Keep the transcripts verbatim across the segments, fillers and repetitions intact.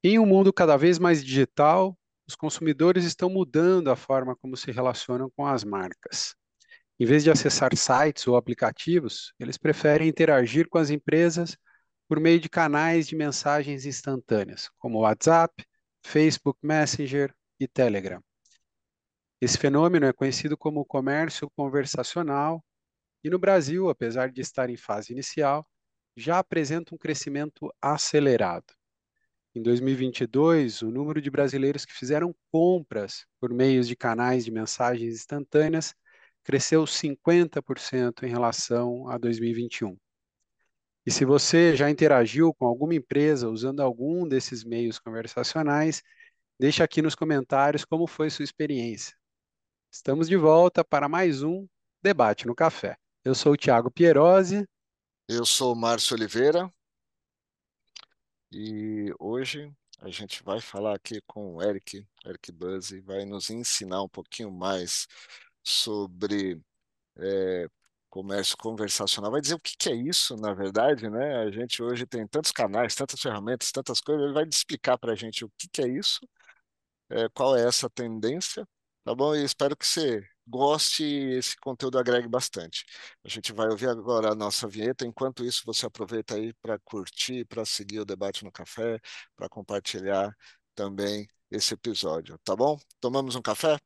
Em um mundo cada vez mais digital, os consumidores estão mudando a forma como se relacionam com as marcas. Em vez de acessar sites ou aplicativos, eles preferem interagir com as empresas por meio de canais de mensagens instantâneas, como WhatsApp, Facebook Messenger e Telegram. Esse fenômeno é conhecido como comércio conversacional e no Brasil, apesar de estar em fase inicial, já apresenta um crescimento acelerado. Em dois mil e vinte e dois, o número de brasileiros que fizeram compras por meios de canais de mensagens instantâneas cresceu cinquenta por cento em relação a dois mil e vinte e um. E se você já interagiu com alguma empresa usando algum desses meios conversacionais, deixa aqui nos comentários como foi sua experiência. Estamos de volta para mais um Debate no Café. Eu sou o Thiago Pierosi. Eu sou o Márcio Oliveira e hoje a gente vai falar aqui com o Eric, Eric Buzzi, vai nos ensinar um pouquinho mais sobre é, comércio conversacional. Vai dizer o que que é isso, na verdade, né? A gente hoje tem tantos canais, tantas ferramentas, tantas coisas, ele vai explicar para a gente o que que é isso, é, qual é essa tendência, tá bom? E espero que você goste e esse conteúdo agregue bastante. A gente vai ouvir agora a nossa vinheta. Enquanto isso, você aproveita aí para curtir, para seguir o debate no café, para compartilhar também esse episódio, tá bom? Tomamos um café?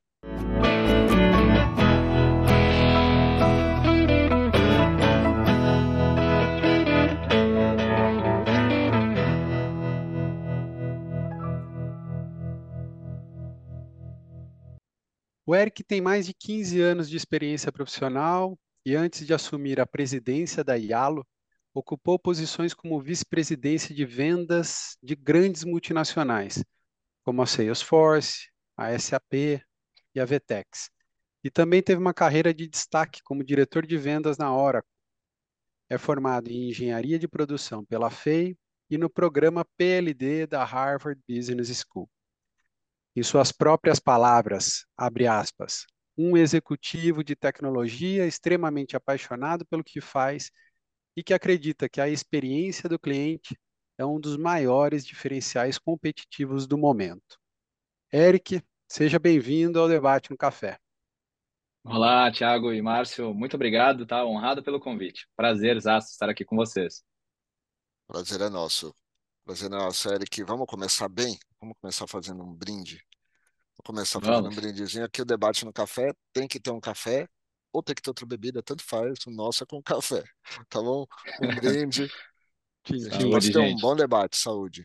O Eric tem mais de quinze anos de experiência profissional e antes de assumir a presidência da Yalo, ocupou posições como vice-presidência de vendas de grandes multinacionais, como a Salesforce, a S A P e a Vetex. E também teve uma carreira de destaque como diretor de vendas na Oracle. É formado em engenharia de produção pela F E I e no programa P L D da Harvard Business School. Em suas próprias palavras, abre aspas, um executivo de tecnologia extremamente apaixonado pelo que faz e que acredita que a experiência do cliente é um dos maiores diferenciais competitivos do momento. Eric, seja bem-vindo ao Debate no Café. Olá, Thiago e Márcio, muito obrigado, tá? Honrado pelo convite. Prazer, exato, estar aqui com vocês. Prazer é nosso. Prazer é nosso, Eric. Vamos começar bem? Vamos começar fazendo um brinde. Vou começar fazendo um Vamos. brindezinho. Aqui o debate no café tem que ter um café ou tem que ter outra bebida, tanto faz. O nosso é com café, tá bom? Um brinde. A gente Tintim. possa Saúde, ter um gente. bom debate. Saúde.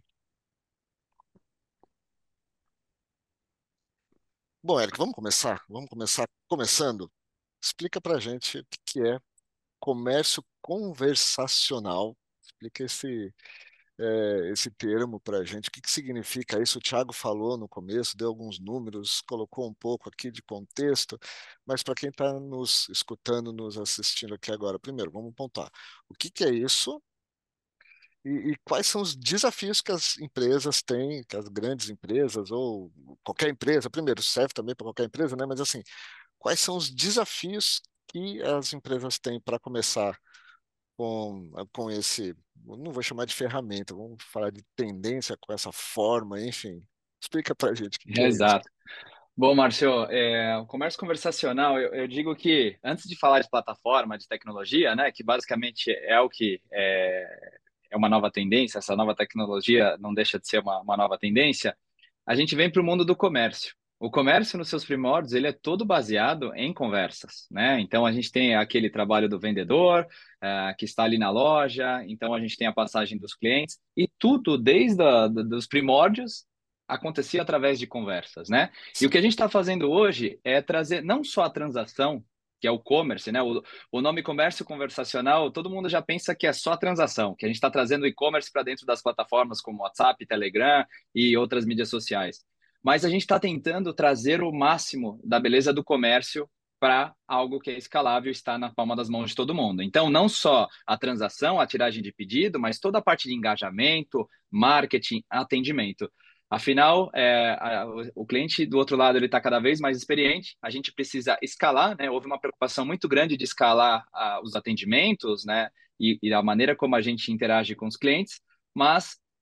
Bom, Eric, vamos começar? Vamos começar começando. Explica pra gente o que que é comércio conversacional. Explica esse, é, esse termo pra gente. O que que significa isso? O Thiago falou no começo, deu alguns números, colocou um pouco aqui de contexto, mas para quem está nos escutando, nos assistindo aqui agora, primeiro, vamos pontuar. O que que é isso? E, e quais são os desafios que as empresas têm, que as grandes empresas, ou qualquer empresa, primeiro, serve também para qualquer empresa, né? Mas assim, quais são os desafios que as empresas têm para começar com, com esse, não vou chamar de ferramenta, vamos falar de tendência com essa forma, enfim. Explica para a gente o que que é isso. Exato. Bom, Márcio, é, o comércio conversacional, eu, eu digo que, antes de falar de plataforma, de tecnologia, né, que basicamente é o que é, é uma nova tendência, essa nova tecnologia não deixa de ser uma, uma nova tendência, a gente vem para o mundo do comércio. O comércio, nos seus primórdios, ele é todo baseado em conversas, né? Então, a gente tem aquele trabalho do vendedor, eh, que está ali na loja, então a gente tem a passagem dos clientes, e tudo, desde a, dos primórdios, acontecia através de conversas, né? E o Sim. que a gente está fazendo hoje é trazer não só a transação, que é o commerce, né? O, o nome comércio conversacional, todo mundo já pensa que é só transação, que a gente está trazendo o e-commerce para dentro das plataformas como WhatsApp, Telegram e outras mídias sociais. Mas a gente está tentando trazer o máximo da beleza do comércio para algo que é escalável e está na palma das mãos de todo mundo. Então, não só a transação, a tiragem de pedido, mas toda a parte de engajamento, marketing, atendimento. Afinal, é, a, o cliente do outro lado ele está cada vez mais experiente. A gente precisa escalar, né? Houve uma preocupação muito grande de escalar a, os atendimentos, né? E, e a maneira como a gente interage com os clientes. Mas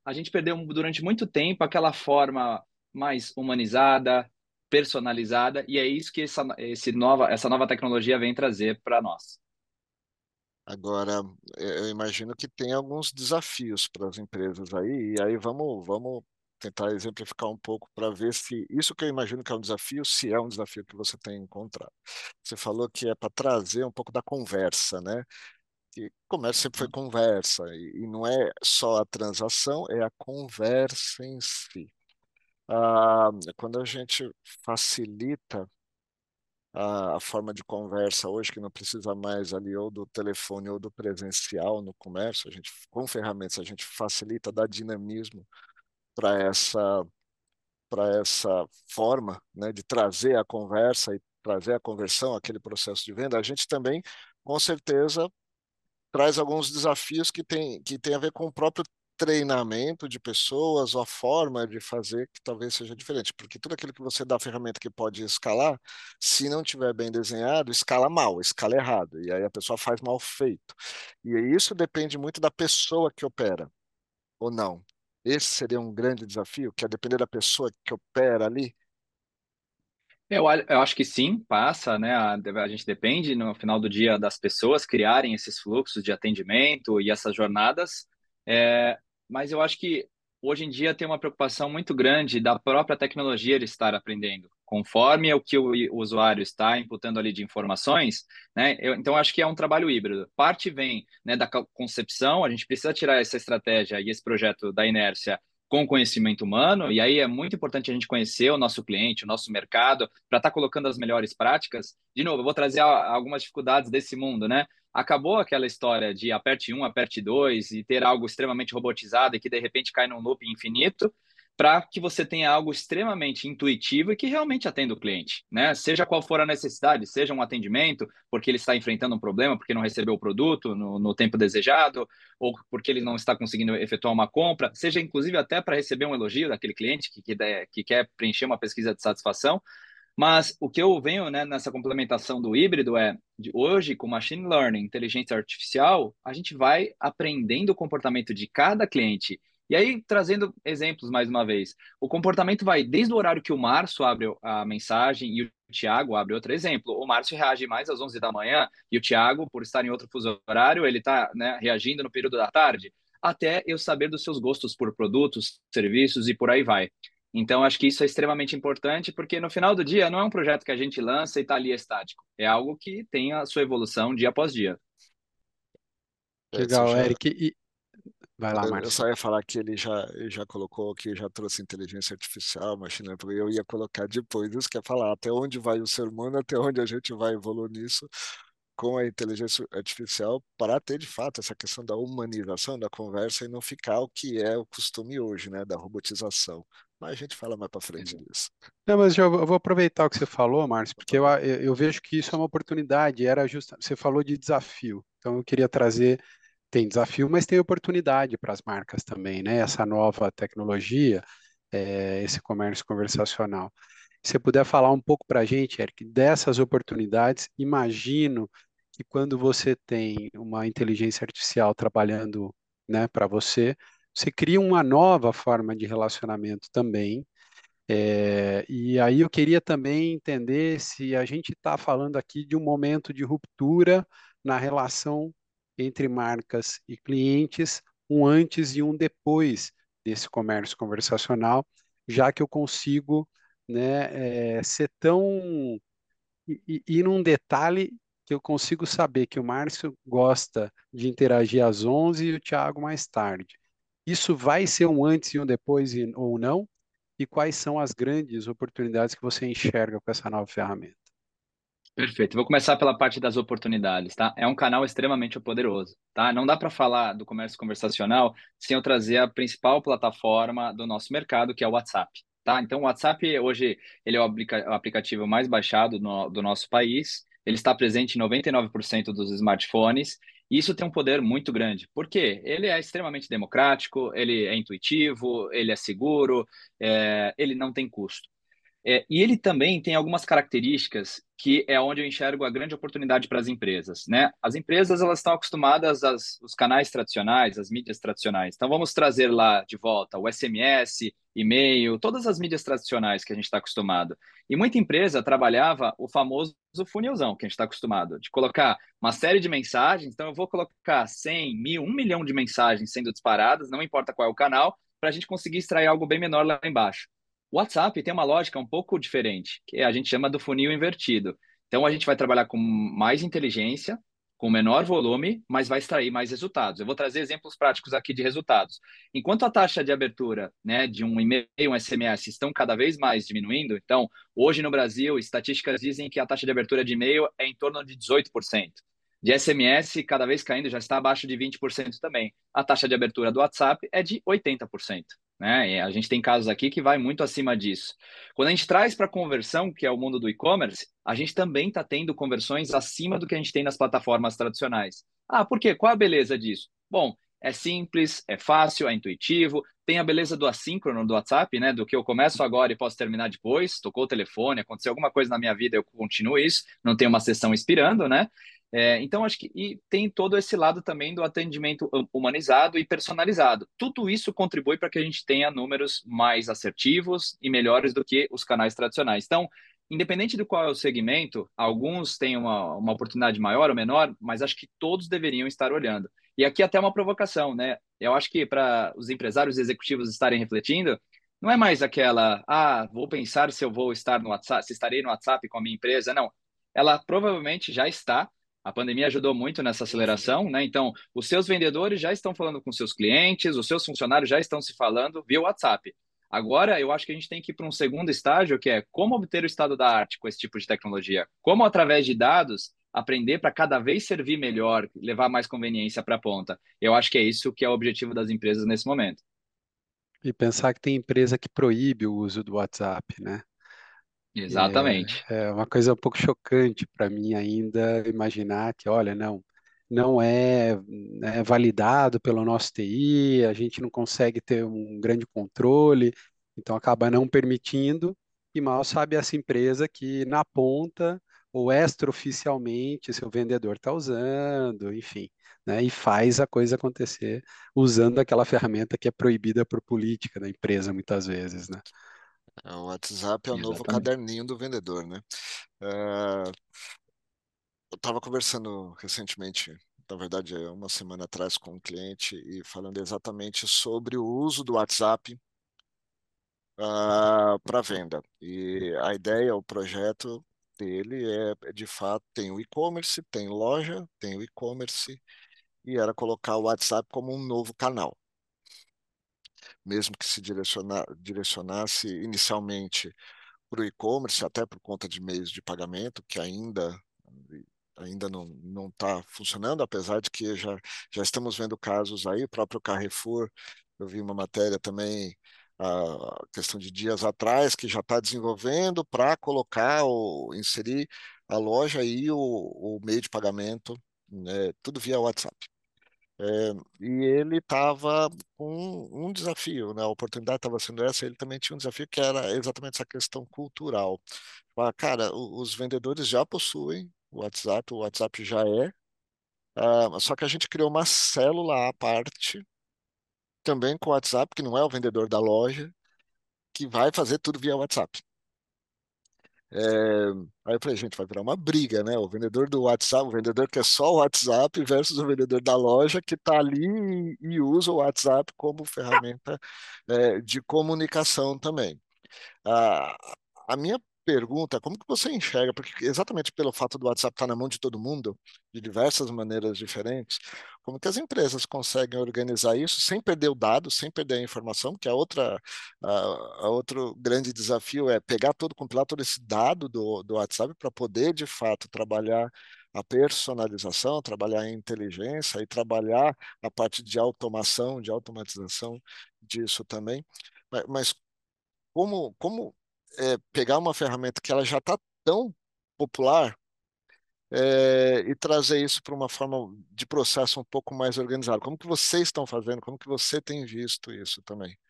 a gente perdeu durante muito tempo aquela forma mais humanizada, personalizada, e é isso que essa, esse nova, essa nova tecnologia vem trazer para nós. Agora, eh, eu imagino que tem alguns desafios para as empresas aí, e aí vamos, vamos tentar exemplificar um pouco para ver se isso que eu imagino que é um desafio, se é um desafio que você tem encontrado. Você falou que é para trazer um pouco da conversa, né? Que comércio sempre foi conversa, e, e não é só a transação, é a conversa em si. Ah, quando a gente facilita a, a forma de conversa hoje, que não precisa mais ali ou do telefone ou do presencial no comércio, a gente, com ferramentas, a gente facilita, dá dinamismo para essa, para essa forma, né, de trazer a conversa e trazer a conversão, aquele processo de venda. A gente também, com certeza, traz alguns desafios que tem, que tem a ver com o próprio treinamento de pessoas ou a forma de fazer que talvez seja diferente, porque tudo aquilo que você dá a ferramenta que pode escalar, se não tiver bem desenhado, escala mal, escala errado, e aí a pessoa faz mal feito. E isso depende muito da pessoa que opera, ou não. Esse seria um grande desafio, que é depender da pessoa que opera ali. Eu, a- eu acho que sim, passa, né? A, a gente depende, no final do dia, das pessoas criarem esses fluxos de atendimento e essas jornadas. É, mas eu acho que hoje em dia tem uma preocupação muito grande da própria tecnologia de estar aprendendo, conforme o que o, o usuário está imputando ali de informações, né? Eu, então, eu acho que é um trabalho híbrido. Parte vem, né, da co- concepção, a gente precisa tirar essa estratégia e esse projeto da inércia com conhecimento humano, e aí é muito importante a gente conhecer o nosso cliente, o nosso mercado, para estar tá colocando as melhores práticas. De novo, eu vou trazer algumas dificuldades desse mundo, né? Acabou aquela história de aperte um, aperte dois e ter algo extremamente robotizado e que de repente cai num loop infinito, para que você tenha algo extremamente intuitivo e que realmente atenda o cliente, né? Seja qual for a necessidade, seja um atendimento, porque ele está enfrentando um problema, porque não recebeu o produto no, no tempo desejado, ou porque ele não está conseguindo efetuar uma compra, seja inclusive até para receber um elogio daquele cliente que, que, que quer preencher uma pesquisa de satisfação. Mas o que eu venho, né, nessa complementação do híbrido é, de hoje, com machine learning, inteligência artificial, a gente vai aprendendo o comportamento de cada cliente. E aí, trazendo exemplos mais uma vez, o comportamento vai desde o horário que o Márcio abre a mensagem e o Tiago abre outro exemplo. O Márcio reage mais às onze da manhã e o Tiago, por estar em outro fuso horário, ele está, né, reagindo no período da tarde, até eu saber dos seus gostos por produtos, serviços e por aí vai. Então, acho que isso é extremamente importante, porque no final do dia não é um projeto que a gente lança e está ali estático. É algo que tem a sua evolução dia após dia. É, você Legal, já, Eric. E vai lá, eu Márcio. só ia falar que ele já, ele já colocou que já trouxe inteligência artificial, machine learning, eu ia colocar depois, isso que é falar até onde vai o ser humano, até onde a gente vai evoluir nisso com a inteligência artificial para ter de fato essa questão da humanização da conversa e não ficar o que é o costume hoje, né, da robotização. Mas a gente fala mais para frente Exato. disso. Não, mas já eu vou aproveitar o que você falou, Márcio, porque eu, Tá? eu eu vejo que isso é uma oportunidade. Era justa, você falou de desafio, então eu queria trazer. Tem desafio, mas tem oportunidade para as marcas também, né? Essa nova tecnologia, eh, esse comércio conversacional. Se você puder falar um pouco para a gente, Eric, dessas oportunidades, imagino que quando você tem uma inteligência artificial trabalhando, né, para você, você cria uma nova forma de relacionamento também. É, e aí eu queria também entender se a gente está falando aqui de um momento de ruptura na relação entre marcas e clientes, um antes e um depois desse comércio conversacional, já que eu consigo, né, é, ser tão e, e e num detalhe que eu consigo saber que o Márcio gosta de interagir às onze e o Thiago mais tarde. Isso vai ser um antes e um depois e- ou não? E quais são as grandes oportunidades que você enxerga com essa nova ferramenta? Perfeito. Vou começar pela parte das oportunidades, tá? É um canal extremamente poderoso, tá? Não dá para falar do comércio conversacional sem eu trazer a principal plataforma do nosso mercado, que é o WhatsApp, tá? Então, o WhatsApp hoje ele é o, aplica- o aplicativo mais baixado no- do nosso país. Ele está presente em noventa e nove por cento dos smartphones. E isso tem um poder muito grande. Por quê? Ele é extremamente democrático, ele é intuitivo, ele é seguro, é, ele não tem custo. É, e ele também tem algumas características que é onde eu enxergo a grande oportunidade para as empresas, né? As empresas elas estão acostumadas aos os canais tradicionais, as mídias tradicionais. Então vamos trazer lá de volta o S M S, e-mail, todas as mídias tradicionais que a gente está acostumado. E muita empresa trabalhava o famoso funilzão que a gente está acostumado, de colocar uma série de mensagens. Então eu vou colocar cem, mil, um milhão de mensagens sendo disparadas, não importa qual é o canal, para a gente conseguir extrair algo bem menor lá embaixo. O WhatsApp tem uma lógica um pouco diferente, que a gente chama do funil invertido. Então, a gente vai trabalhar com mais inteligência, com menor volume, mas vai extrair mais resultados. Eu vou trazer exemplos práticos aqui de resultados. Enquanto a taxa de abertura, né, de um e-mail, um S M S estão cada vez mais diminuindo, então, hoje no Brasil, estatísticas dizem que a taxa de abertura de e-mail é em torno de dezoito por cento. De S M S, cada vez caindo, já está abaixo de vinte por cento também. A taxa de abertura do WhatsApp é de oitenta por cento. Né? E a gente tem casos aqui que vai muito acima disso. Quando a gente traz para a conversão, que é o mundo do e-commerce, a gente também está tendo conversões acima do que a gente tem nas plataformas tradicionais. Ah, por quê? Qual a beleza disso? Bom, é simples, é fácil, é intuitivo, tem a beleza do assíncrono do WhatsApp, né? Do que eu começo agora e posso terminar depois. Tocou o telefone, aconteceu alguma coisa na minha vida, eu continuo isso, não tem uma sessão expirando, né? É, então, acho que e tem todo esse lado também do atendimento humanizado e personalizado. Tudo isso contribui para que a gente tenha números mais assertivos e melhores do que os canais tradicionais. Então, independente do qual é o segmento, alguns têm uma, uma oportunidade maior ou menor, mas acho que todos deveriam estar olhando. E aqui até uma provocação, né? Eu acho que para os empresários e executivos estarem refletindo, não é mais aquela, ah, vou pensar se eu vou estar no WhatsApp, se estarei no WhatsApp com a minha empresa, não. Ela provavelmente já está. A pandemia ajudou muito nessa Uhum. aceleração, né? Então, os seus vendedores já estão falando com seus clientes, os seus funcionários já estão se falando via WhatsApp. Agora, eu acho que a gente tem que ir para um segundo estágio, que é como obter o estado da arte com esse tipo de tecnologia. Como, através de dados, aprender para cada vez servir melhor, levar mais conveniência para a ponta. Eu acho que é isso que é o objetivo das empresas nesse momento. E pensar que tem empresa que proíbe o uso do WhatsApp, né? E Exatamente. é, é uma coisa um pouco chocante para mim ainda imaginar que, olha, não, não é, né, validado pelo nosso T I, a gente não consegue ter um grande controle, então acaba não permitindo, e mal sabe essa empresa que na ponta ou extraoficialmente seu vendedor está usando, enfim, né, e faz a coisa acontecer usando aquela ferramenta que é proibida por política da empresa muitas vezes, né? É, o WhatsApp é o novo Exatamente. caderninho do vendedor, né? É, eu estava conversando recentemente, na verdade, é uma semana atrás, com um cliente e falando exatamente sobre o uso do WhatsApp para venda. E a ideia, o projeto dele é, de fato, tem o e-commerce, tem loja, tem o e-commerce, e era colocar o WhatsApp como um novo canal, mesmo que se direciona, direcionasse inicialmente para o e-commerce, até por conta de meios de pagamento, que ainda ainda não não está funcionando, apesar de que já já estamos vendo casos aí, o próprio Carrefour, eu vi uma matéria também, a questão de dias atrás, que já está desenvolvendo para colocar ou inserir a loja e o, o meio de pagamento, né, tudo via WhatsApp. É, e ele estava com um desafio, né? A oportunidade estava sendo essa, ele também tinha um desafio que era exatamente essa questão cultural. Fala, cara, o- os vendedores já possuem o WhatsApp, o WhatsApp já é, ah, só que a gente criou uma célula à parte, também com o WhatsApp, que não é o vendedor da loja, que vai fazer tudo via WhatsApp. É, aí eu falei, gente, vai virar uma briga, né? O vendedor do WhatsApp, o vendedor que é só o WhatsApp versus o vendedor da loja que está ali e, e usa o WhatsApp como ferramenta, é, de comunicação também. A, a minha pergunta é como que você enxerga, porque exatamente pelo fato do WhatsApp estar na mão de todo mundo, de diversas maneiras diferentes, como que as empresas conseguem organizar isso sem perder o dado, sem perder a informação, que a outra, a, a outro grande desafio é pegar todo, compilar todo esse dado do, do WhatsApp para poder, de fato, trabalhar a personalização, trabalhar a inteligência e trabalhar a parte de automação, de automatização disso também. Mas, mas como, como é, pegar uma ferramenta que ela já está tão popular, é, e trazer isso para uma forma de processo um pouco mais organizado? Como que vocês estão fazendo? Como que você tem visto isso também?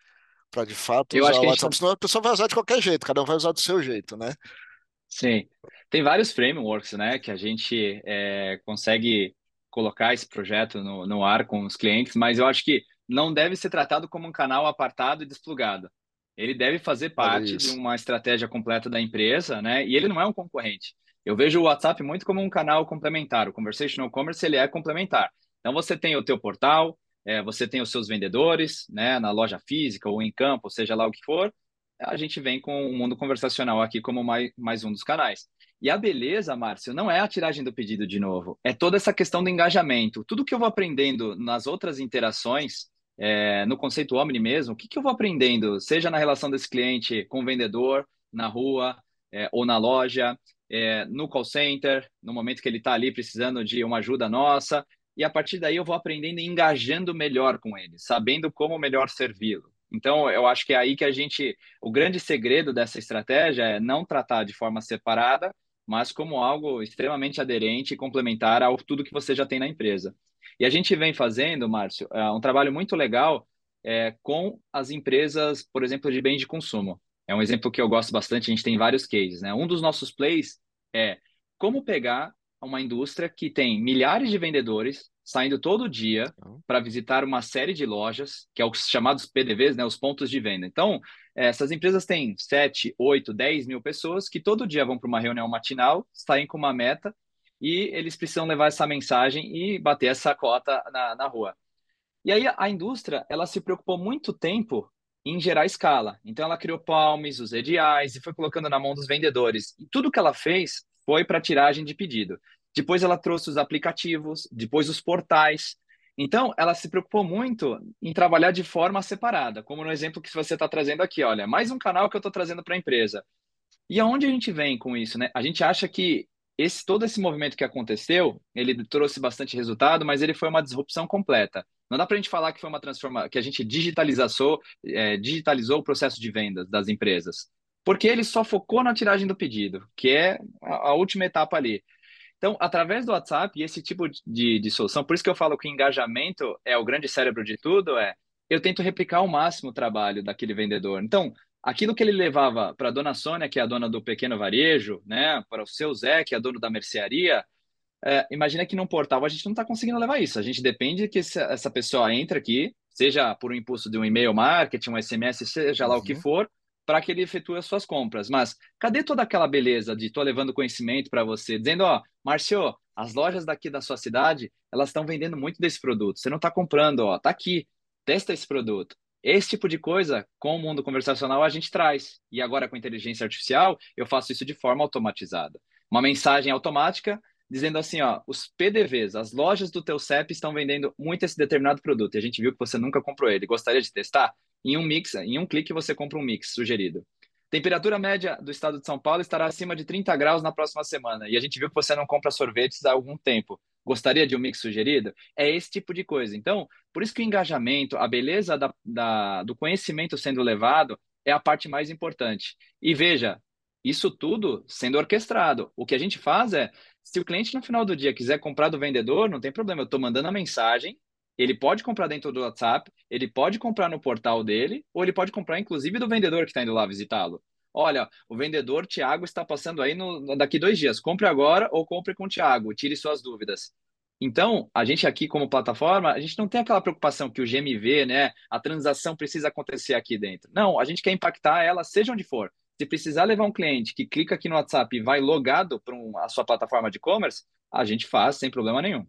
para de fato Eu usar acho o que a gente WhatsApp. não. Senão a pessoa vai usar de qualquer jeito, cada um vai usar do seu jeito, né? Sim. Tem vários frameworks, né, que a gente é, consegue colocar esse projeto no, no ar com os clientes, mas eu acho que não deve ser tratado como um canal apartado e desplugado. Ele deve fazer Olha parte de isso. uma estratégia completa da empresa, né? E ele não é um concorrente. Eu vejo o WhatsApp muito como um canal complementar. O Conversational Commerce, ele é complementar. Então, você tem o teu portal, é, você tem os seus vendedores, né, na loja física ou em campo, seja lá o que for, a gente vem com o mundo conversacional aqui como mais, mais um dos canais. E a beleza, Márcio, não é a tiragem do pedido de novo, é toda essa questão do engajamento. Tudo que eu vou aprendendo nas outras interações, é, no conceito Omni mesmo, o que, que eu vou aprendendo, seja na relação desse cliente com o vendedor, na rua, é, ou na loja, é, no call center, no momento que ele está ali precisando de uma ajuda nossa, e a partir daí eu vou aprendendo e engajando melhor com ele, sabendo como melhor servi-lo. Então, eu acho que é aí que a gente o grande segredo dessa estratégia é não tratar de forma separada, mas como algo extremamente aderente e complementar ao tudo que você já tem na empresa. E a gente vem fazendo, Márcio, é, um trabalho muito legal é, com as empresas, por exemplo, de bens de consumo. É um exemplo que eu gosto bastante, a gente tem vários cases, né? Um dos nossos plays é como pegar uma indústria que tem milhares de vendedores saindo todo dia Então, para visitar uma série de lojas, que é os chamados P D Vs, né, os pontos de venda. Então, essas empresas têm sete, oito, dez mil pessoas que todo dia vão para uma reunião matinal, saem com uma meta e eles precisam levar essa mensagem e bater essa cota na, na rua. E aí a indústria, ela se preocupou muito tempo em gerar escala. Então ela criou palmes, os ediais e foi colocando na mão dos vendedores. E tudo que ela fez foi para tiragem de pedido. Depois ela trouxe os aplicativos, depois os portais. Então ela se preocupou muito em trabalhar de forma separada, como no exemplo que você está trazendo aqui. Olha, mais um canal que eu estou trazendo para a empresa. E aonde a gente vem com isso, né? A gente acha que esse todo esse movimento que aconteceu, ele trouxe bastante resultado, mas ele foi uma disrupção completa. Não dá para a gente falar que foi uma transformação, que a gente digitalizou, é, digitalizou o processo de vendas das empresas, porque ele só focou na tiragem do pedido, que é a, a última etapa ali. Então, através do WhatsApp e esse tipo de, de solução, por isso que eu falo que o engajamento é o grande cérebro de tudo, é eu tento replicar ao máximo o trabalho daquele vendedor. Então, aquilo que ele levava para a dona Sônia, que é a dona do pequeno varejo, né, para o seu Zé, que é dono da mercearia, é, imagina que num portal a gente não está conseguindo levar isso. A gente depende que essa, essa pessoa entre aqui, seja por um impulso de um e-mail marketing, um S M S, seja lá o que uhum. for, para que ele efetue as suas compras. Mas cadê toda aquela beleza de tô levando conhecimento para você, dizendo, ó, Márcio, as lojas daqui da sua cidade, elas estão vendendo muito desse produto. Você não está comprando, ó, tá aqui, testa esse produto. Esse tipo de coisa, com o mundo conversacional, a gente traz. E agora, com inteligência artificial, eu faço isso de forma automatizada. Uma mensagem automática dizendo assim, ó, os P D Vs, as lojas do teu C E P estão vendendo muito esse determinado produto e a gente viu que você nunca comprou ele. Gostaria de testar? Em um mix, em um clique você compra um mix sugerido. Temperatura média do estado de São Paulo estará acima de trinta graus na próxima semana e a gente viu que você não compra sorvetes há algum tempo. Gostaria de um mix sugerido? É esse tipo de coisa. Então, por isso que o engajamento, a beleza da, da, do conhecimento sendo levado é a parte mais importante. E veja, isso tudo sendo orquestrado. O que a gente faz é se o cliente no final do dia quiser comprar do vendedor, não tem problema, eu estou mandando a mensagem, ele pode comprar dentro do WhatsApp, ele pode comprar no portal dele, ou ele pode comprar inclusive do vendedor que está indo lá visitá-lo. Olha, o vendedor Tiago está passando aí no, daqui dois dias. Compre agora ou compre com o Tiago, tire suas dúvidas. Então, a gente aqui como plataforma, a gente não tem aquela preocupação que o G M V, né, a transação precisa acontecer aqui dentro. Não, a gente quer impactar ela, seja onde for. Se precisar levar um cliente que clica aqui no WhatsApp e vai logado para um, a sua plataforma de e-commerce, a gente faz sem problema nenhum.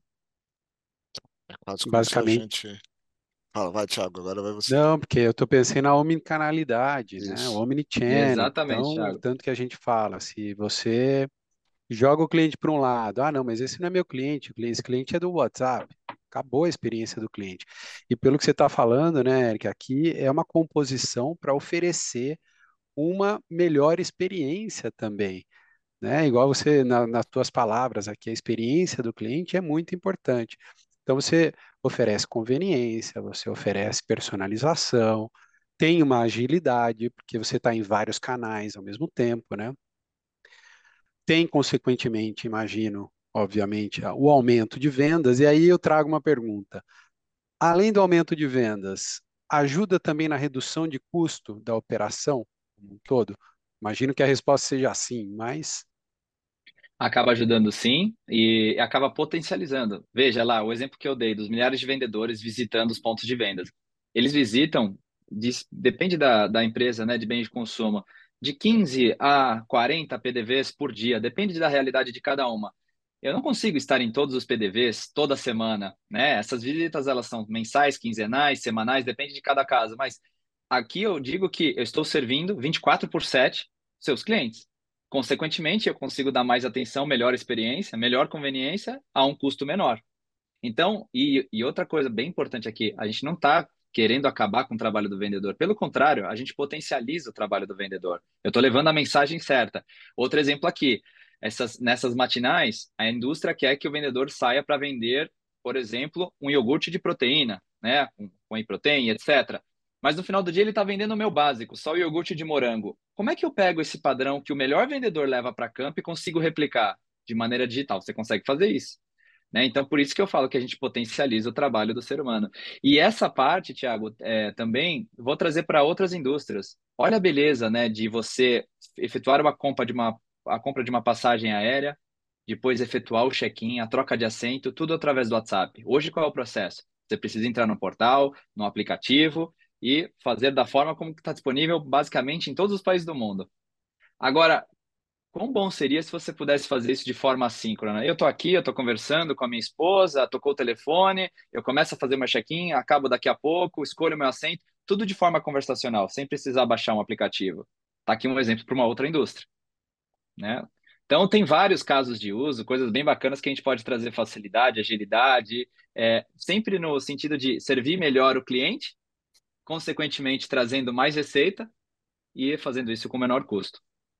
É quase como se a Basicamente, gente. Fala, vai, Thiago, agora vai você. não, porque eu estou pensando na omnicanalidade, né? O Isso. omnichannel. Exatamente, Então, Thiago. tanto que a gente fala, se você joga o cliente para um lado, ah, não, mas esse não é meu cliente, o cliente- esse cliente é do WhatsApp. Acabou a experiência do cliente. E pelo que você está falando, né, Eric, aqui é uma composição para oferecer uma melhor experiência também, né? Igual você, na- nas tuas palavras aqui, a experiência do cliente é muito importante. Então, você oferece conveniência, você oferece personalização, tem uma agilidade, porque você está em vários canais ao mesmo tempo, né? Tem, consequentemente, imagino, obviamente, a- o aumento de vendas. E aí eu trago uma pergunta. Além do aumento de vendas, ajuda também na redução de custo da operação como um todo? Imagino que a resposta seja sim, mas Acaba ajudando sim e acaba potencializando. Veja lá, o exemplo que eu dei dos milhares de vendedores visitando os pontos de vendas. Eles visitam, diz- depende da, da empresa, né, de bens de consumo, de quinze a quarenta P D Vs por dia, depende da realidade de cada uma. Eu não consigo estar em todos os P D Vs toda semana, né? Essas visitas elas são mensais, quinzenais, semanais, depende de cada caso, mas aqui eu digo que eu estou servindo vinte e quatro por sete seus clientes. Consequentemente, eu consigo dar mais atenção, melhor experiência, melhor conveniência a um custo menor. Então, e, e outra coisa bem importante aqui, a gente não está querendo acabar com o trabalho do vendedor. Pelo contrário, a gente potencializa o trabalho do vendedor. Eu estou levando a mensagem certa. Outro exemplo aqui, essas, nessas matinais, a indústria quer que o vendedor saia para vender, por exemplo, um iogurte de proteína, né, com whey protein, etcétera. Mas no final do dia ele está vendendo o meu básico, só o iogurte de morango. Como é que eu pego esse padrão que o melhor vendedor leva para campo e consigo replicar de maneira digital? Você consegue fazer isso, né? Então, por isso que eu falo que a gente potencializa o trabalho do ser humano. E essa parte, Thiago, é, também vou trazer para outras indústrias. Olha a beleza, né, de você efetuar uma compra de uma, a compra de uma passagem aérea, depois efetuar o check-in, a troca de assento, tudo através do WhatsApp. Hoje, qual é o processo? Você precisa entrar no portal, no aplicativo e fazer da forma como está disponível basicamente em todos os países do mundo. Agora, quão bom seria se você pudesse fazer isso de forma assíncrona? Eu estou aqui, eu estou conversando com a minha esposa, tocou o telefone, eu começo a fazer meu check-in, acabo daqui a pouco, escolho meu assento, tudo de forma conversacional, sem precisar baixar um aplicativo. Está aqui um exemplo para uma outra indústria, né? Então, tem vários casos de uso, coisas bem bacanas que a gente pode trazer facilidade, agilidade, é, sempre no sentido de servir melhor o cliente, consequentemente trazendo mais receita e fazendo isso com menor custo.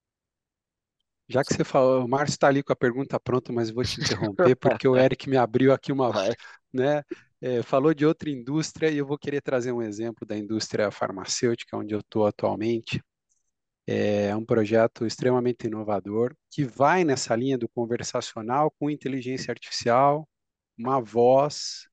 já que você falou, o Márcio está ali com a pergunta pronta, mas eu vou te interromper porque o Eric me abriu aqui uma, Vai. né, é, falou de outra indústria e eu vou querer trazer um exemplo da indústria farmacêutica, onde eu estou atualmente. É um projeto extremamente inovador que vai nessa linha do conversacional com inteligência artificial, uma voz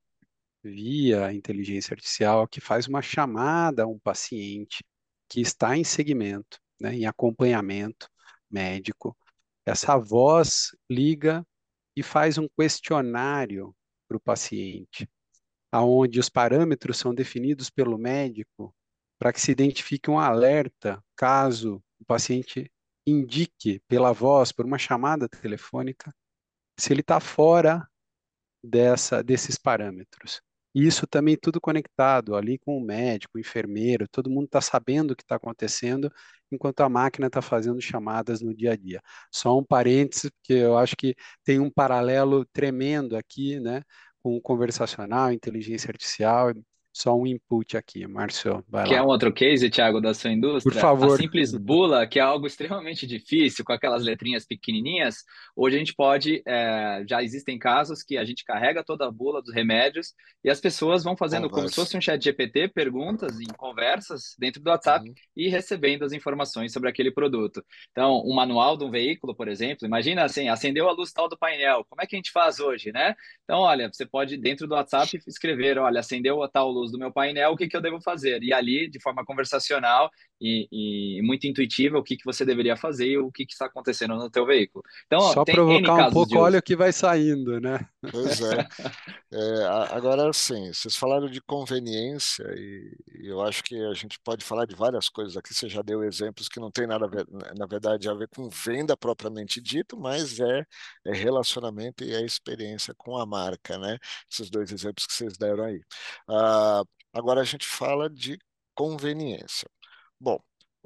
via inteligência artificial que faz uma chamada a um paciente que está em segmento, né, em acompanhamento médico. Essa voz liga e faz um questionário para o paciente, aonde os parâmetros são definidos pelo médico para que se identifique um alerta caso o paciente indique pela voz, por uma chamada telefônica, se ele está fora dessa, desses parâmetros. E isso também tudo conectado ali com o médico, o enfermeiro, todo mundo está sabendo o que está acontecendo, enquanto a máquina está fazendo chamadas no dia a dia. Só um parênteses, porque eu acho que tem um paralelo tremendo aqui, né, com o conversacional, inteligência artificial. Só um input aqui, Márcio, vai Que é lá. um outro case, Thiago, da sua Por indústria, a favor. simples bula, que é algo extremamente difícil, com aquelas letrinhas pequenininhas, hoje a gente pode, é, já existem casos que a gente carrega toda a bula dos remédios e as pessoas vão fazendo como se Conversa. fosse um chat G P T, perguntas em conversas dentro do WhatsApp Uhum. e recebendo as informações sobre aquele produto. Então, um manual de um veículo, por exemplo, imagina assim, acendeu a luz tal do painel, como é que a gente faz hoje, né? Então, olha, você pode, dentro do WhatsApp, escrever, olha, acendeu a tal luz do meu painel, o que que eu devo fazer? E ali, de forma conversacional e, e muito intuitiva, o que que você deveria fazer e o que que está acontecendo no teu veículo. Então, ó, Só tem N provocar um casos de pouco, olha uso. o que vai saindo, né? Pois é. É, a- agora, sim, vocês falaram de conveniência e, e eu acho que a gente pode falar de várias coisas aqui. Você já deu exemplos que não tem nada, a ver, na verdade, a ver com venda propriamente dito, mas é, é relacionamento e é experiência com a marca, né? Esses dois exemplos que vocês deram aí. Ah, agora a gente fala de conveniência. Bom,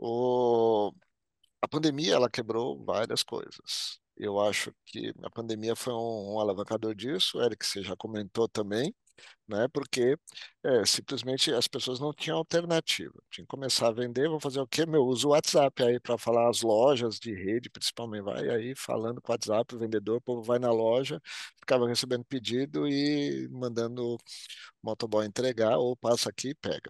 o, a pandemia ela quebrou várias coisas. Eu acho que a pandemia foi um, um alavancador disso, Eric, você já comentou também, né? Porque é, simplesmente as pessoas não tinham alternativa. Tinha que começar a vender, vou fazer o quê? Meu, uso o WhatsApp aí para falar as lojas de rede, principalmente, vai aí falando com o WhatsApp, o vendedor, o povo vai na loja, ficava recebendo pedido e mandando o motoboy entregar, ou passa aqui e pega.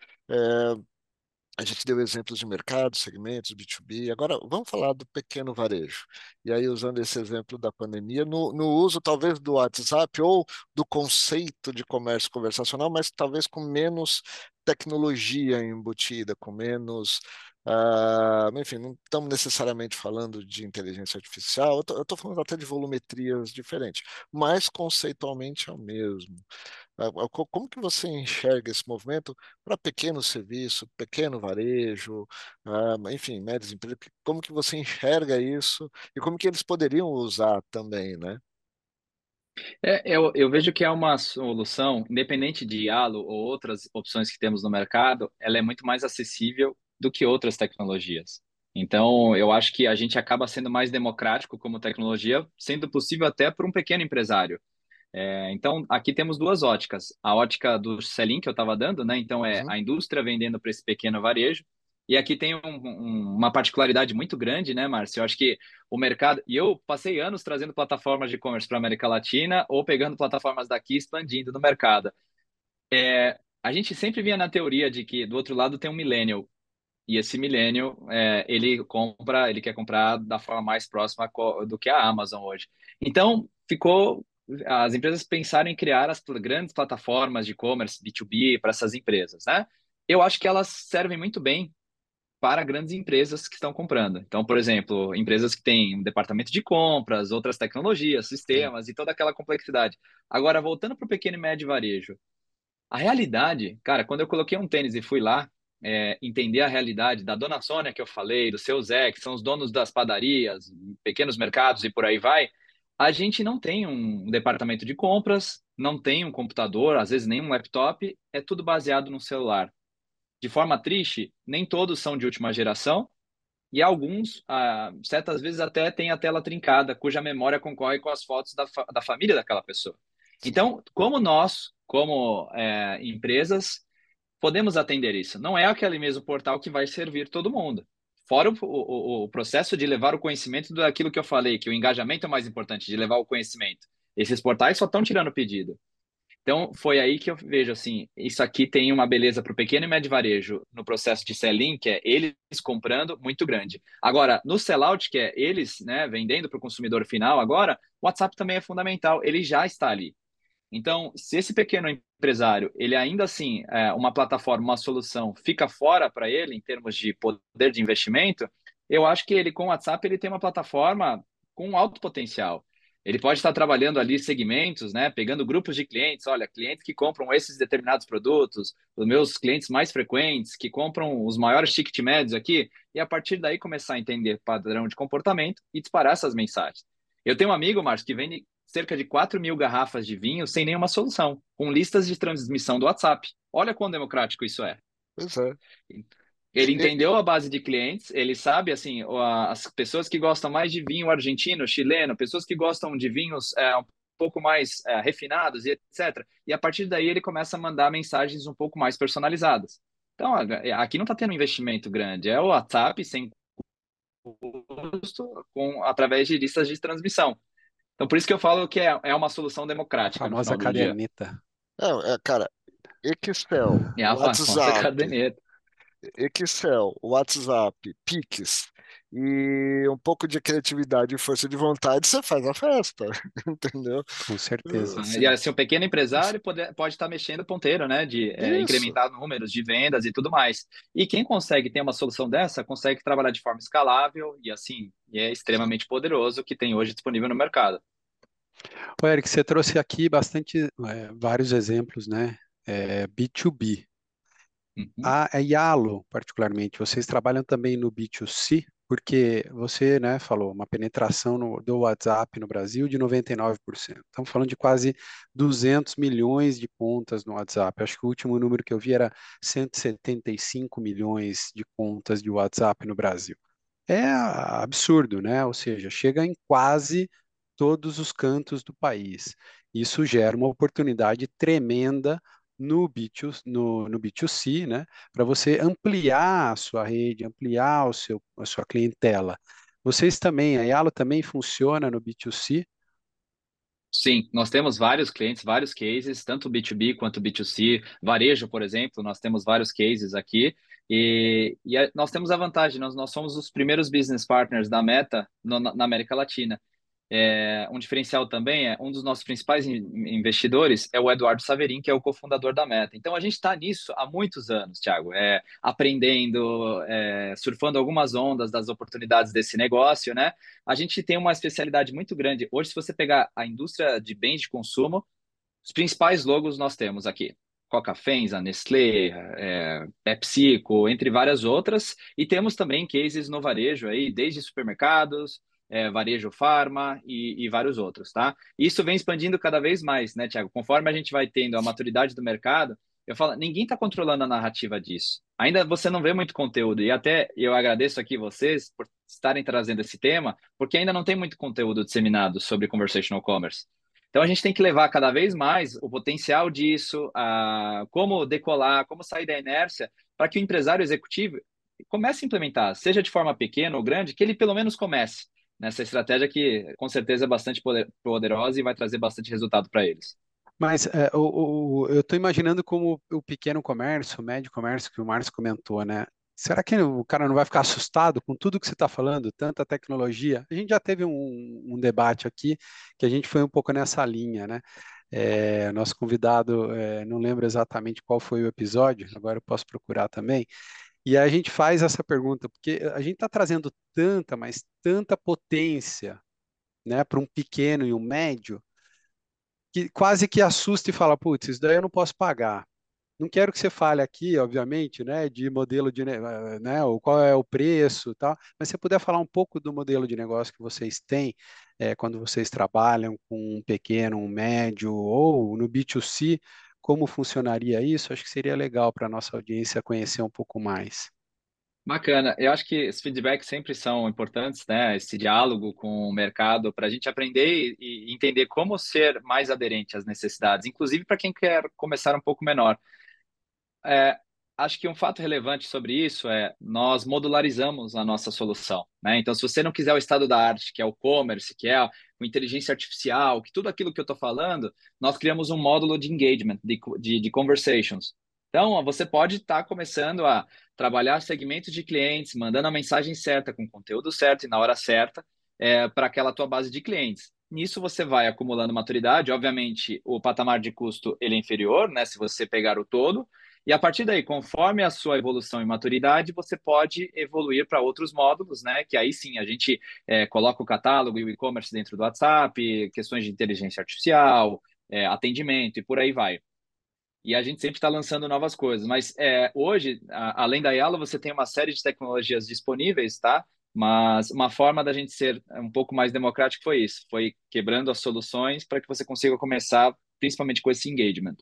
É, a gente deu exemplos de mercado, segmentos, B dois B. Agora, vamos falar do pequeno varejo. E aí, usando esse exemplo da pandemia, no, no uso talvez do WhatsApp ou do conceito de comércio conversacional, mas talvez com menos tecnologia embutida, com menos. Ah, enfim, não estamos necessariamente falando de inteligência artificial, eu estou falando até de volumetrias diferentes, mas conceitualmente é o mesmo. Ah, ah, co- Como que você enxerga esse movimento para pequeno serviço, pequeno varejo, ah, enfim, médias empresas? Como que você enxerga isso e como que eles poderiam usar também, né? É, eu, eu vejo que é uma solução, independente de Halo ou outras opções que temos no mercado, ela é muito mais acessível do que outras tecnologias. Então, eu acho que a gente acaba sendo mais democrático como tecnologia, sendo possível até para um pequeno empresário. É, então, aqui temos duas óticas. A ótica do selling que eu estava dando, né? Então, é Uhum, a indústria vendendo para esse pequeno varejo. E aqui tem um- um- uma particularidade muito grande, né, Márcio? Eu acho que o mercado. E eu passei anos trazendo plataformas de e-commerce para a América Latina ou pegando plataformas daqui e expandindo no mercado. A gente sempre vinha na teoria de que do outro lado tem um millennial. E esse millennial, é, ele compra, ele quer comprar da forma mais próxima co- do que a Amazon hoje. Então, ficou as empresas pensaram em criar as pl- grandes plataformas de e-commerce B dois B para essas empresas, né? Eu acho que elas servem muito bem para grandes empresas que estão comprando. Então, por exemplo, empresas que têm um departamento de compras, outras tecnologias, sim. sistemas e toda aquela complexidade. Agora, voltando para o pequeno e médio varejo, a realidade, cara, quando eu coloquei um tênis e fui lá é, entender a realidade da dona Sônia que eu falei, do seu Zé, que são os donos das padarias, pequenos mercados e por aí vai, a gente não tem um departamento de compras, não tem um computador, às vezes nem um laptop, é tudo baseado no celular. De forma triste, nem todos são de última geração e alguns, ah, certas vezes, até têm a tela trincada, cuja memória concorre com as fotos da, fa da família daquela pessoa. Sim. Então, como nós, como é, empresas, podemos atender isso? Não é aquele mesmo portal que vai servir todo mundo. Fora o, o, o processo de levar o conhecimento daquilo que eu falei, que o engajamento é mais importante, de levar o conhecimento. Esses portais só estão tirando pedido. Então, foi aí que eu vejo assim, isso aqui tem uma beleza para o pequeno e médio varejo no processo de sell-in, que é eles comprando, muito grande. Agora, no sell-out, que é eles, né, vendendo para o consumidor final agora, o WhatsApp também é fundamental, ele já está ali. Então, se esse pequeno empresário, ele ainda assim, é, uma plataforma, uma solução, fica fora para ele em termos de poder de investimento, eu acho que ele com o WhatsApp ele tem uma plataforma com alto potencial. Ele pode estar trabalhando ali segmentos, né, pegando grupos de clientes, olha, clientes que compram esses determinados produtos, os meus clientes mais frequentes, que compram os maiores ticket médios aqui, e a partir daí começar a entender padrão de comportamento e disparar essas mensagens. Eu tenho um amigo, Márcio, que vende cerca de quatro mil garrafas de vinho sem nenhuma solução, com listas de transmissão do WhatsApp. Olha quão democrático isso é. Pois é. E- Ele e- entendeu a base de clientes, ele sabe, assim, as pessoas que gostam mais de vinho argentino, chileno, pessoas que gostam de vinhos é, um pouco mais é, refinados e etcétera. E a partir daí ele começa a mandar mensagens um pouco mais personalizadas. Então, aqui não está tendo investimento grande, é o WhatsApp sem custo, com, através de listas de transmissão. Então, por isso que eu falo que é, é uma solução A democrática no famosa final do dia. caderneta. é, é, cara, Excel, É a famosa WhatsApp, caderneta. Excel, WhatsApp, Pix e um pouco de criatividade e força de vontade, você faz a festa, entendeu? Com certeza. E Assim, assim, o pequeno empresário pode, pode estar mexendo ponteiro, né? De é, isso. incrementar números de vendas e tudo mais. E quem consegue ter uma solução dessa, consegue trabalhar de forma escalável e assim, e é Sim. extremamente poderoso que tem hoje disponível no mercado. Ô, Eric, você trouxe aqui bastante, é, vários exemplos, né? É, B dois B. Uhum. A, a Yalo, particularmente, vocês trabalham também no B dois C, porque você, né, falou uma penetração no- do WhatsApp no Brasil de noventa e nove por cento. Estamos falando de quase duzentos milhões de contas no WhatsApp. Acho que o último número que eu vi era cento e setenta e cinco milhões de contas de WhatsApp no Brasil. É absurdo, né? Ou seja, chega em quase todos os cantos do país. Isso gera uma oportunidade tremenda no B dois, no, no B dois C, né? Para você ampliar a sua rede, ampliar o seu, a sua clientela. Vocês também, a Yalo também funciona no B dois C? Sim, nós temos vários clientes, vários cases, tanto B dois B quanto B dois C, varejo, por exemplo, nós temos vários cases aqui. E, e a- nós temos a vantagem, nós, nós somos os primeiros business partners da Meta no- na na América Latina. É, um diferencial também é um dos nossos principais in- investidores é o Eduardo Saverin, que é o cofundador da Meta. Então a gente está nisso há muitos anos, Thiago, é, aprendendo, é, surfando algumas ondas das oportunidades desse negócio, né? A gente tem uma especialidade muito grande. Hoje, se você pegar a indústria de bens de consumo, os principais logos nós temos aqui. Coca Fens, a Nestlé, é, PepsiCo, entre várias outras. E temos também cases no varejo aí, desde supermercados, é, varejo farma e, e vários outros, tá? Isso vem expandindo cada vez mais, né, Tiago? Conforme a gente vai tendo a maturidade do mercado, eu falo, ninguém está controlando a narrativa disso. Ainda você não vê muito conteúdo, e até eu agradeço aqui vocês por estarem trazendo esse tema, porque ainda não tem muito conteúdo disseminado sobre conversational commerce. Então a gente tem que levar cada vez mais o potencial disso, a como decolar, como sair da inércia, para que o empresário executivo comece a implementar, seja de forma pequena ou grande, que ele pelo menos comece nessa estratégia que com certeza é bastante poder- poderosa e vai trazer bastante resultado para eles. Mas é, o, o- eu estou imaginando como o pequeno comércio, o médio comércio que o Márcio comentou, né? Será que o cara não vai ficar assustado com tudo que você está falando, tanta tecnologia? A gente já teve um, um debate aqui que a gente foi um pouco nessa linha, né? É, nosso convidado, é, não lembro exatamente qual foi o episódio, agora eu posso procurar também. E a gente faz essa pergunta, porque a gente está trazendo tanta, mas tanta potência, né, para um pequeno e um médio que quase que assusta e fala, putz, isso daí eu não posso pagar. Não quero que você fale aqui, obviamente, né, de modelo de, ne- eh, né, o qual é o preço, e tal, mas se você puder falar um pouco do modelo de negócio que vocês têm, eh, quando vocês trabalham com um pequeno, um médio, ou no B dois C, como funcionaria isso? Acho que seria legal para a nossa audiência conhecer um pouco mais. Bacana. Eu acho que esses feedbacks sempre são importantes, né? Esse diálogo com o mercado para a gente aprender e e entender como ser mais aderente às necessidades, inclusive para quem quer começar um pouco menor. É, acho que um fato relevante sobre isso é nós modularizamos a nossa solução, né? Então, se você não quiser o estado da arte, que é o commerce, que é a inteligência artificial, que tudo aquilo que eu estou falando, nós criamos um módulo de engagement, de, de, de conversations. Então, você pode estar começando a trabalhar segmentos de clientes, mandando a mensagem certa, com o conteúdo certo e na hora certa, é, para aquela tua base de clientes. Nisso você vai acumulando maturidade. Obviamente, o patamar de custo ele é inferior, né? Se você pegar o todo, e a partir daí, conforme a sua evolução e maturidade, você pode evoluir para outros módulos, né? Que aí sim a gente é, coloca o catálogo e o e-commerce dentro do WhatsApp, questões de inteligência artificial, é, atendimento e por aí vai. E a gente sempre está lançando novas coisas. Mas é, hoje, a, além da Yalo, você tem uma série de tecnologias disponíveis, tá? Mas uma forma da gente ser um pouco mais democrático foi isso, foi quebrando as soluções para que você consiga começar, principalmente com esse engagement.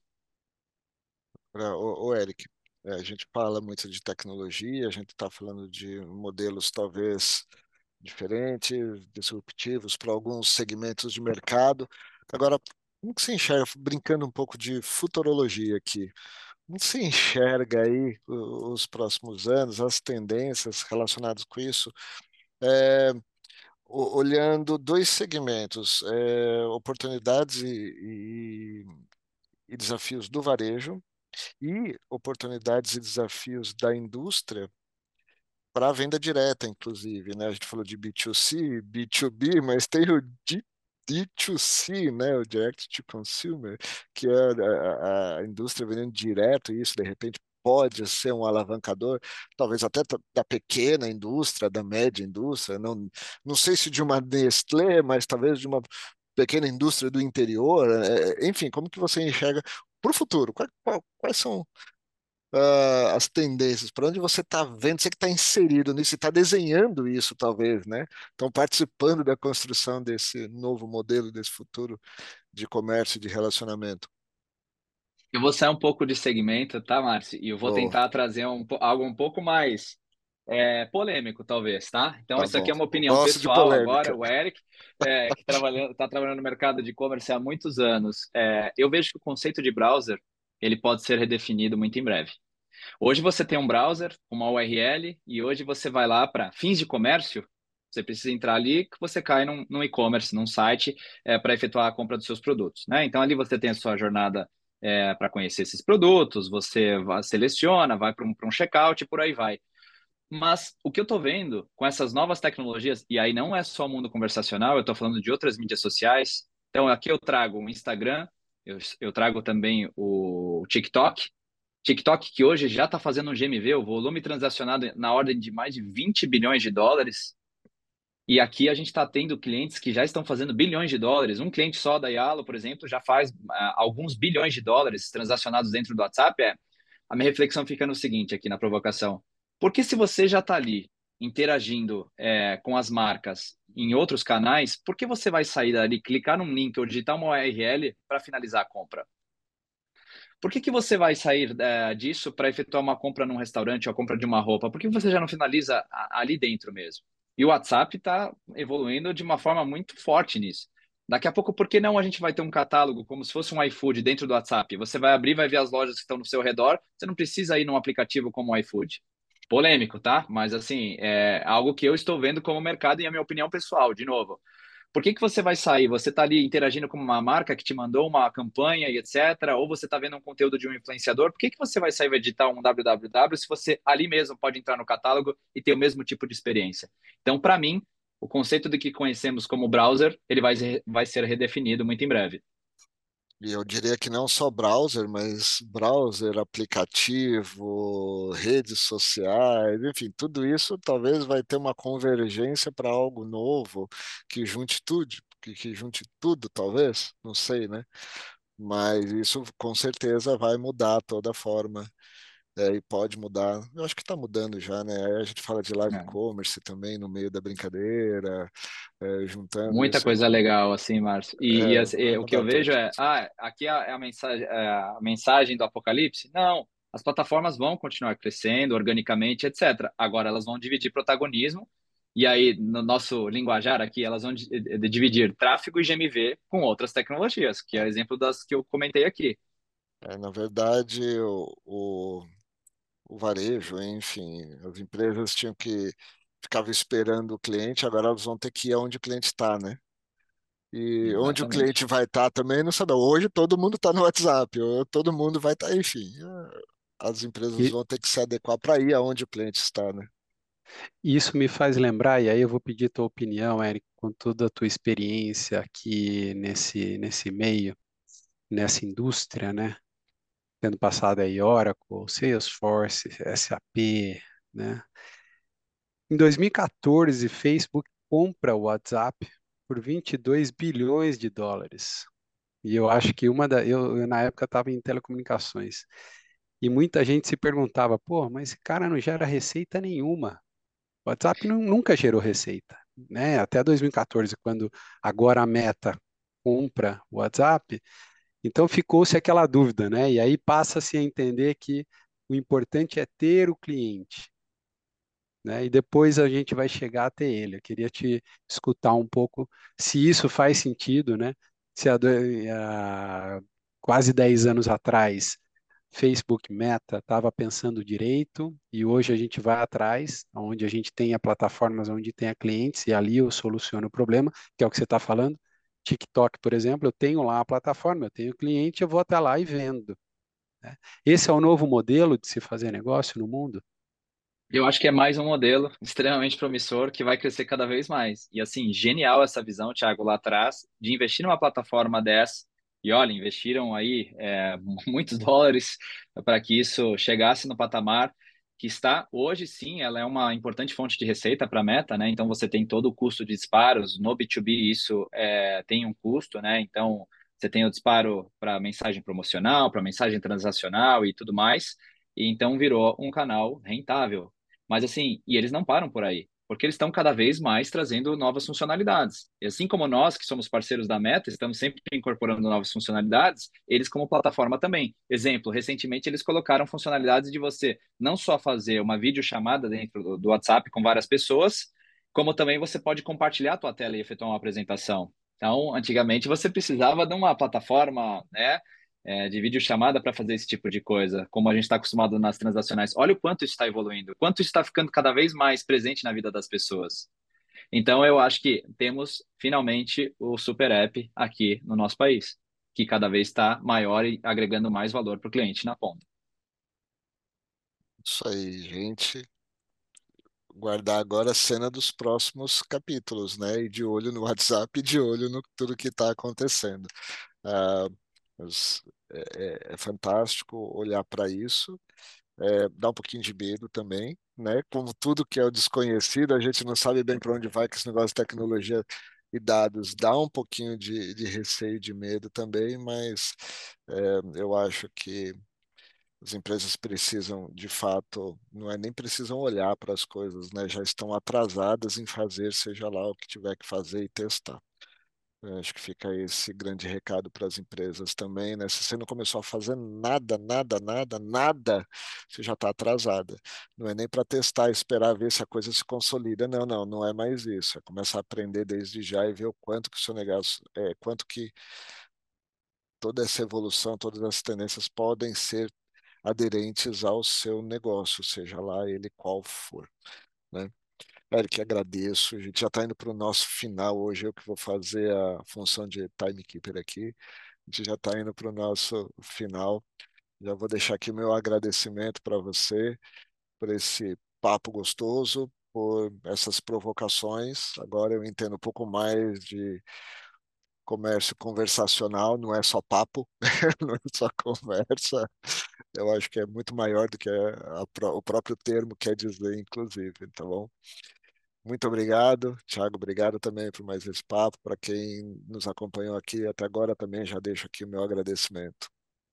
Pra- Ô, ô, Eric, é, a gente fala muito de tecnologia, a gente está falando de modelos talvez diferentes, disruptivos para alguns segmentos de mercado. Agora, como que você enxerga, brincando um pouco de futurologia aqui, como que você enxerga aí o- os próximos anos, as tendências relacionadas com isso? É, o- olhando dois segmentos, é, oportunidades e, e e desafios do varejo e oportunidades e desafios da indústria para a venda direta, inclusive, né? A gente falou de B dois C, B dois B, mas tem o D- D2C, né? O Direct to Consumer, que é a, a- a indústria vendendo direto, e isso de repente pode ser um alavancador, talvez até ta- da pequena indústria, da média indústria, não, não sei se de uma Nestlé, mas talvez de uma pequena indústria do interior, é, enfim, como que você enxerga para o futuro? Quais, qual- quais são ah, as tendências, para onde você está vendo, você que está inserido nisso, está desenhando isso, talvez, né? Estão participando da construção desse novo modelo, desse futuro de comércio e de relacionamento. Eu vou sair um pouco de segmento, tá, Márcio? E eu vou Oh, tentar trazer um, po- algo um pouco mais é, polêmico, talvez, tá? Então, tá isso aqui bom. é uma Eu opinião gosto de pessoal agora. polêmica. O Eric, é, que trabalhando, está trabalhando no mercado de e-commerce há muitos anos, é, eu vejo que o conceito de browser ele pode ser redefinido muito em breve. Hoje você tem um browser, uma U R L, e hoje você vai lá para fins de comércio, você precisa entrar ali que você cai num, num e-commerce, num site, é, para efetuar a compra dos seus produtos, né? Então ali você tem a sua jornada para conhecer esses produtos, você vai, seleciona, vai para um, para um checkout e por aí vai. Mas o que eu estou vendo com essas novas tecnologias, e aí não é só o mundo conversacional, eu estou falando de outras mídias sociais. Então, aqui eu trago o Instagram, eu, eu trago também o TikTok. TikTok, que hoje já está fazendo um G M V, o volume transacionado na ordem de mais de vinte bilhões de dólares. E aqui a gente está tendo clientes que já estão fazendo bilhões de dólares. Um cliente só da Yalo, por exemplo, já faz ah, alguns bilhões de dólares transacionados dentro do WhatsApp. É, a minha reflexão fica no seguinte aqui na provocação. Porque se você já está ali interagindo é, com as marcas em outros canais, por que você vai sair dali, clicar num link ou digitar uma U R L para finalizar a compra? Por que que você vai sair é, disso para efetuar uma compra num restaurante ou a compra de uma roupa? Por que você já não finaliza a- ali dentro mesmo? E o WhatsApp está evoluindo de uma forma muito forte nisso. Daqui a pouco, por que não a gente vai ter um catálogo como se fosse um iFood dentro do WhatsApp? Você vai abrir, vai ver as lojas que estão no seu redor, você não precisa ir num aplicativo como o iFood. Polêmico, tá? Mas assim, é algo que eu estou vendo como mercado e a minha opinião pessoal, de novo. Por que que você vai sair? Você está ali interagindo com uma marca que te mandou uma campanha e etcétera. Ou você está vendo um conteúdo de um influenciador. Por que que você vai sair e vai editar um www se você ali mesmo pode entrar no catálogo e ter o mesmo tipo de experiência? Então, para mim, o conceito do que conhecemos como browser, ele vai, ser- vai ser redefinido muito em breve. E eu diria que não só browser, mas browser, aplicativo, redes sociais, enfim, tudo isso talvez vai ter uma convergência para algo novo que junte tudo, que, que junte tudo, talvez, não sei, né? Mas isso com certeza vai mudar toda a forma, é, e pode mudar. Eu acho que está mudando já, né? Aí a gente fala de live É. commerce também no meio da brincadeira, é, juntando Muita isso coisa com. legal, assim, Márcio. E, e, É, assim, vai e o que eu mudar tudo. vejo é, ah, aqui é a, é a mensagem, é a mensagem do apocalipse? Não, as plataformas vão continuar crescendo organicamente, etcétera. Agora elas vão dividir protagonismo, e aí, no nosso linguajar aqui, elas vão di- di- dividir tráfego e G M V com outras tecnologias, que é o exemplo das que eu comentei aqui. É, na verdade, o, o, o varejo, enfim, as empresas tinham que ficavam esperando o cliente, agora elas vão ter que ir aonde o cliente está, né? E onde o Exatamente. cliente vai estar também, não sabe. Hoje todo mundo está no WhatsApp, ou todo mundo vai estar, enfim. é, As empresas E vão ter que se adequar para ir aonde o cliente está, né? isso me faz lembrar, e aí eu vou pedir tua opinião, Eric, com toda a tua experiência aqui nesse, nesse meio, nessa indústria, né? Tendo passado aí Oracle, Salesforce, S A P, né? Em dois mil e quatorze, Facebook compra o WhatsApp por vinte e dois bilhões de dólares. E eu acho que uma da. Eu, eu, na época estava em telecomunicações. E muita gente se perguntava, pô, mas esse cara não gera receita nenhuma. O WhatsApp nu- nunca gerou receita, né? Até dois mil e quatorze, quando agora a Meta compra o WhatsApp, então ficou-se aquela dúvida, né? E aí passa-se a entender que o importante é ter o cliente, né? E depois a gente vai chegar até ele. Eu queria te escutar um pouco se isso faz sentido, né? Se há, do- há quase dez anos atrás Facebook Meta estava pensando direito e hoje a gente vai atrás, onde a gente tenha plataformas onde tenha clientes e ali eu soluciono o problema, que é o que você está falando. TikTok, por exemplo, eu tenho lá a plataforma, eu tenho cliente, eu vou até lá e vendo, né? Esse é o novo modelo de se fazer negócio no mundo? Eu acho que é mais um modelo extremamente promissor que vai crescer cada vez mais. E assim, genial essa visão, Thiago, lá atrás, de investir numa plataforma dessa. E olha, investiram aí é, muitos dólares para que isso chegasse no patamar que está hoje. Sim, ela é uma importante fonte de receita para a Meta, né? Então você tem todo o custo de disparos no B dois B, isso é, tem um custo, né? Então você tem o disparo para mensagem promocional, para mensagem transacional e tudo mais. E então virou um canal rentável. Mas assim, e eles não param por aí, porque eles estão cada vez mais trazendo novas funcionalidades. E assim como nós, que somos parceiros da Meta, estamos sempre incorporando novas funcionalidades, eles como plataforma também. Exemplo, recentemente eles colocaram funcionalidades de você não só fazer uma videochamada dentro do, do WhatsApp com várias pessoas, como também você pode compartilhar a tua tela e efetuar uma apresentação. Então, antigamente você precisava de uma plataforma, né, é, de videochamada para fazer esse tipo de coisa, como a gente está acostumado nas transacionais. Olha o quanto isso está evoluindo, quanto isso está ficando cada vez mais presente na vida das pessoas. Então, eu acho que temos finalmente o Super App aqui no nosso país, que cada vez está maior e agregando mais valor para o cliente na ponta. Isso aí, gente. guardar agora a cena dos próximos capítulos, né? E de olho no WhatsApp e de olho no tudo que está acontecendo. Ah, mas é, é- é fantástico olhar para isso. É, dá um pouquinho de medo também, né? Como tudo que é o desconhecido, a gente não sabe bem para onde vai com esse negócio de tecnologia e dados. Dá um pouquinho de, de receio, de medo também, mas é, eu acho que as empresas precisam, de fato, não é nem precisam olhar para as coisas, né? Já estão atrasadas em fazer, seja lá o que tiver que fazer e testar. Eu acho que fica esse grande recado para as empresas também, né? Se você não começou a fazer nada, nada, nada, nada, você já está atrasada. Não é nem para testar, esperar ver se a coisa se consolida. Não, não, não é mais isso. É começar a aprender desde já e ver o quanto que o seu negócio, é, quanto que toda essa evolução, todas as tendências podem ser aderentes ao seu negócio, seja lá ele qual for, né? Eric, agradeço. A gente já está indo para o nosso final hoje. Eu que vou fazer a função de timekeeper aqui. A gente já está indo para o nosso final. Já vou deixar aqui o meu agradecimento para você por esse papo gostoso, por essas provocações. Agora eu entendo um pouco mais de comércio conversacional, não é só papo, não é só conversa. Eu acho que é muito maior do que a- a- o próprio termo quer dizer, inclusive. Tá bom? Muito obrigado, Thiago. Obrigado também por mais esse papo. Para quem nos acompanhou aqui até agora, também já deixo aqui o meu agradecimento.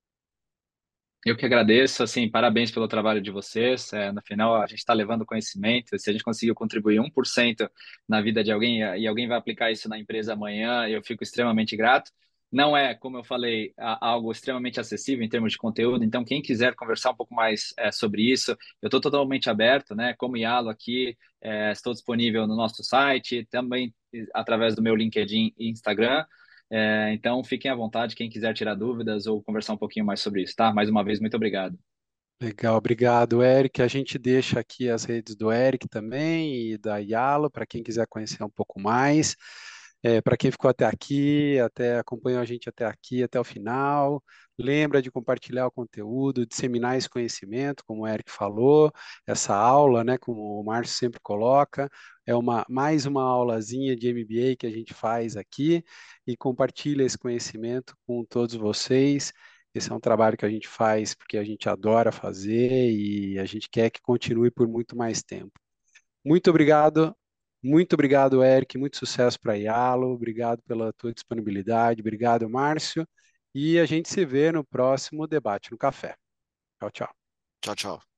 Eu que agradeço, assim, parabéns pelo trabalho de vocês. É, no final, a gente está levando conhecimento. Se a gente conseguiu contribuir um por cento na vida de alguém e alguém vai aplicar isso na empresa amanhã, eu fico extremamente grato. Não é, como eu falei, a- algo extremamente acessível em termos de conteúdo. Então, quem quiser conversar um pouco mais é, sobre isso, eu estou totalmente aberto, né? Como Yalo aqui, é, estou disponível no nosso site, também através do meu LinkedIn e Instagram. É, então, fiquem à vontade, quem quiser tirar dúvidas ou conversar um pouquinho mais sobre isso, tá? Mais uma vez, muito obrigado. Legal, obrigado, Eric. A gente deixa aqui as redes do Eric também e da Yalo, para quem quiser conhecer um pouco mais. Para quem ficou até aqui, até acompanhou a gente até aqui, até o final, lembra de compartilhar o conteúdo, disseminar esse conhecimento, como o Eric falou, essa aula, né, como o Márcio sempre coloca, é uma mais uma aulazinha de M B A que a gente faz aqui e compartilha esse conhecimento com todos vocês. Esse é um trabalho que a gente faz porque a gente adora fazer e a gente quer que continue por muito mais tempo. Muito obrigado, muito obrigado, Eric. Muito sucesso para a Yalo. Obrigado pela tua disponibilidade. Obrigado, Márcio. E a gente se vê no próximo debate no café. Tchau, tchau. Tchau, tchau.